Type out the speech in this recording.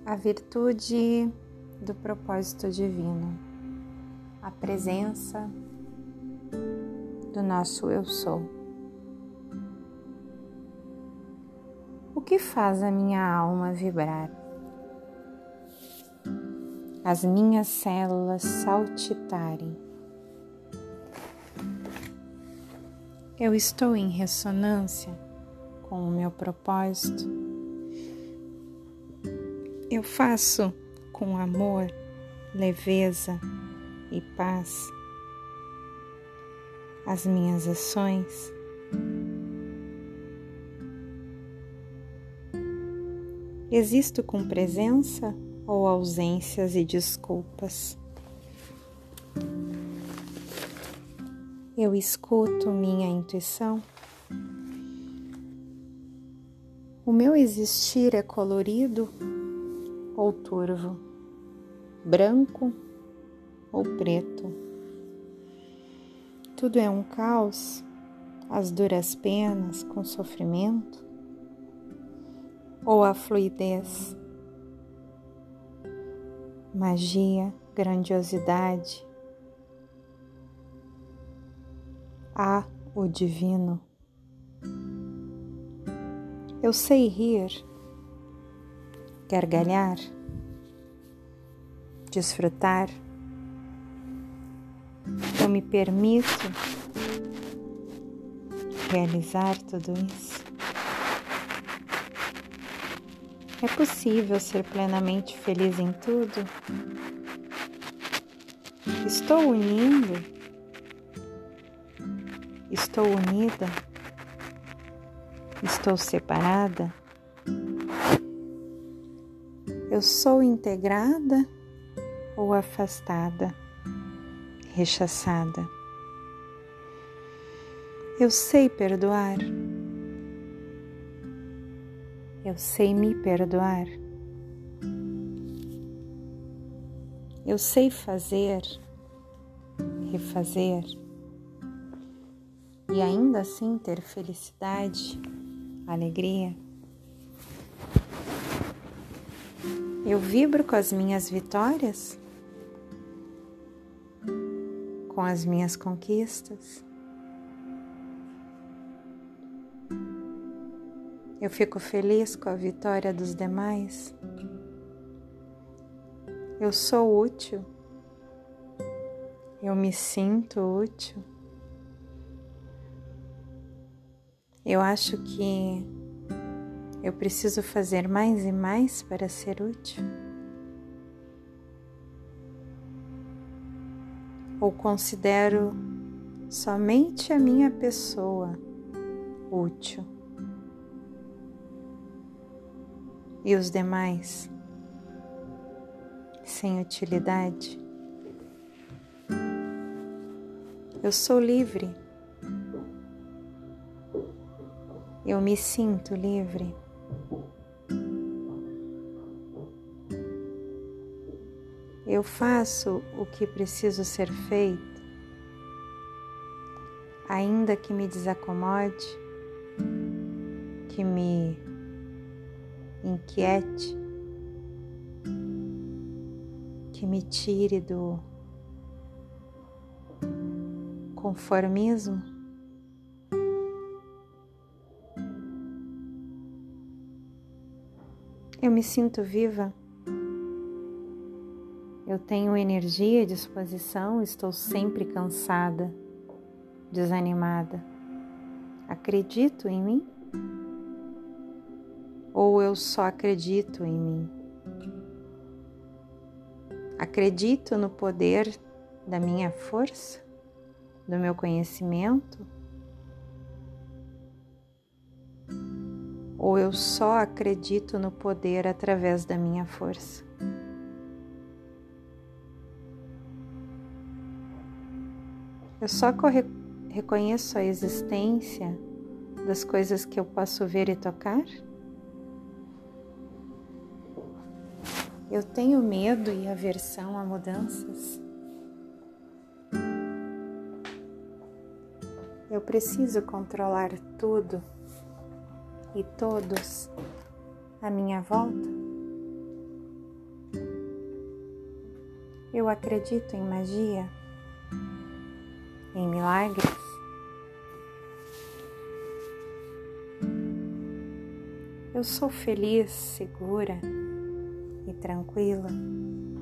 A virtude do propósito divino, a presença do nosso Eu Sou. O que faz a minha alma vibrar? As minhas células saltitarem. Eu estou em ressonância com o meu propósito. Eu faço com amor, leveza e paz as minhas ações. Existo com presença ou ausências e desculpas? Eu escuto minha intuição? O meu existir é colorido ou turvo, branco ou preto? Tudo é um caos, as duras penas com sofrimento? Ou a fluidez, magia, grandiosidade, há o divino? Eu sei rir, gargalhar, desfrutar. Eu me permito realizar tudo isso. É possível ser plenamente feliz em tudo? Estou unindo? Estou unida? Estou separada? Eu sou integrada ou afastada, rechaçada? Eu sei perdoar? Eu sei me perdoar? Eu sei fazer, refazer e ainda assim ter felicidade, alegria? Eu vibro com as minhas vitórias? Com as minhas conquistas? Eu fico feliz com a vitória dos demais? Eu sou útil? Eu me sinto útil? Eu acho que eu preciso fazer mais e mais para ser útil? Ou considero somente a minha pessoa útil? E os demais sem utilidade? Eu sou livre. Eu me sinto livre. Eu faço o que preciso ser feito, ainda que me desacomode, que me inquiete, que me tire do conformismo. Eu me sinto viva. Eu tenho energia e disposição, estou sempre cansada, desanimada. Acredito em mim? Ou eu só acredito em mim? Acredito no poder da minha força, do meu conhecimento? Ou eu só acredito no poder através da minha força? Eu só reconheço a existência das coisas que eu posso ver e tocar? Eu tenho medo e aversão a mudanças? Eu preciso controlar tudo e todos à minha volta? Eu acredito em magia, em milagres. Eu sou feliz, segura e tranquila.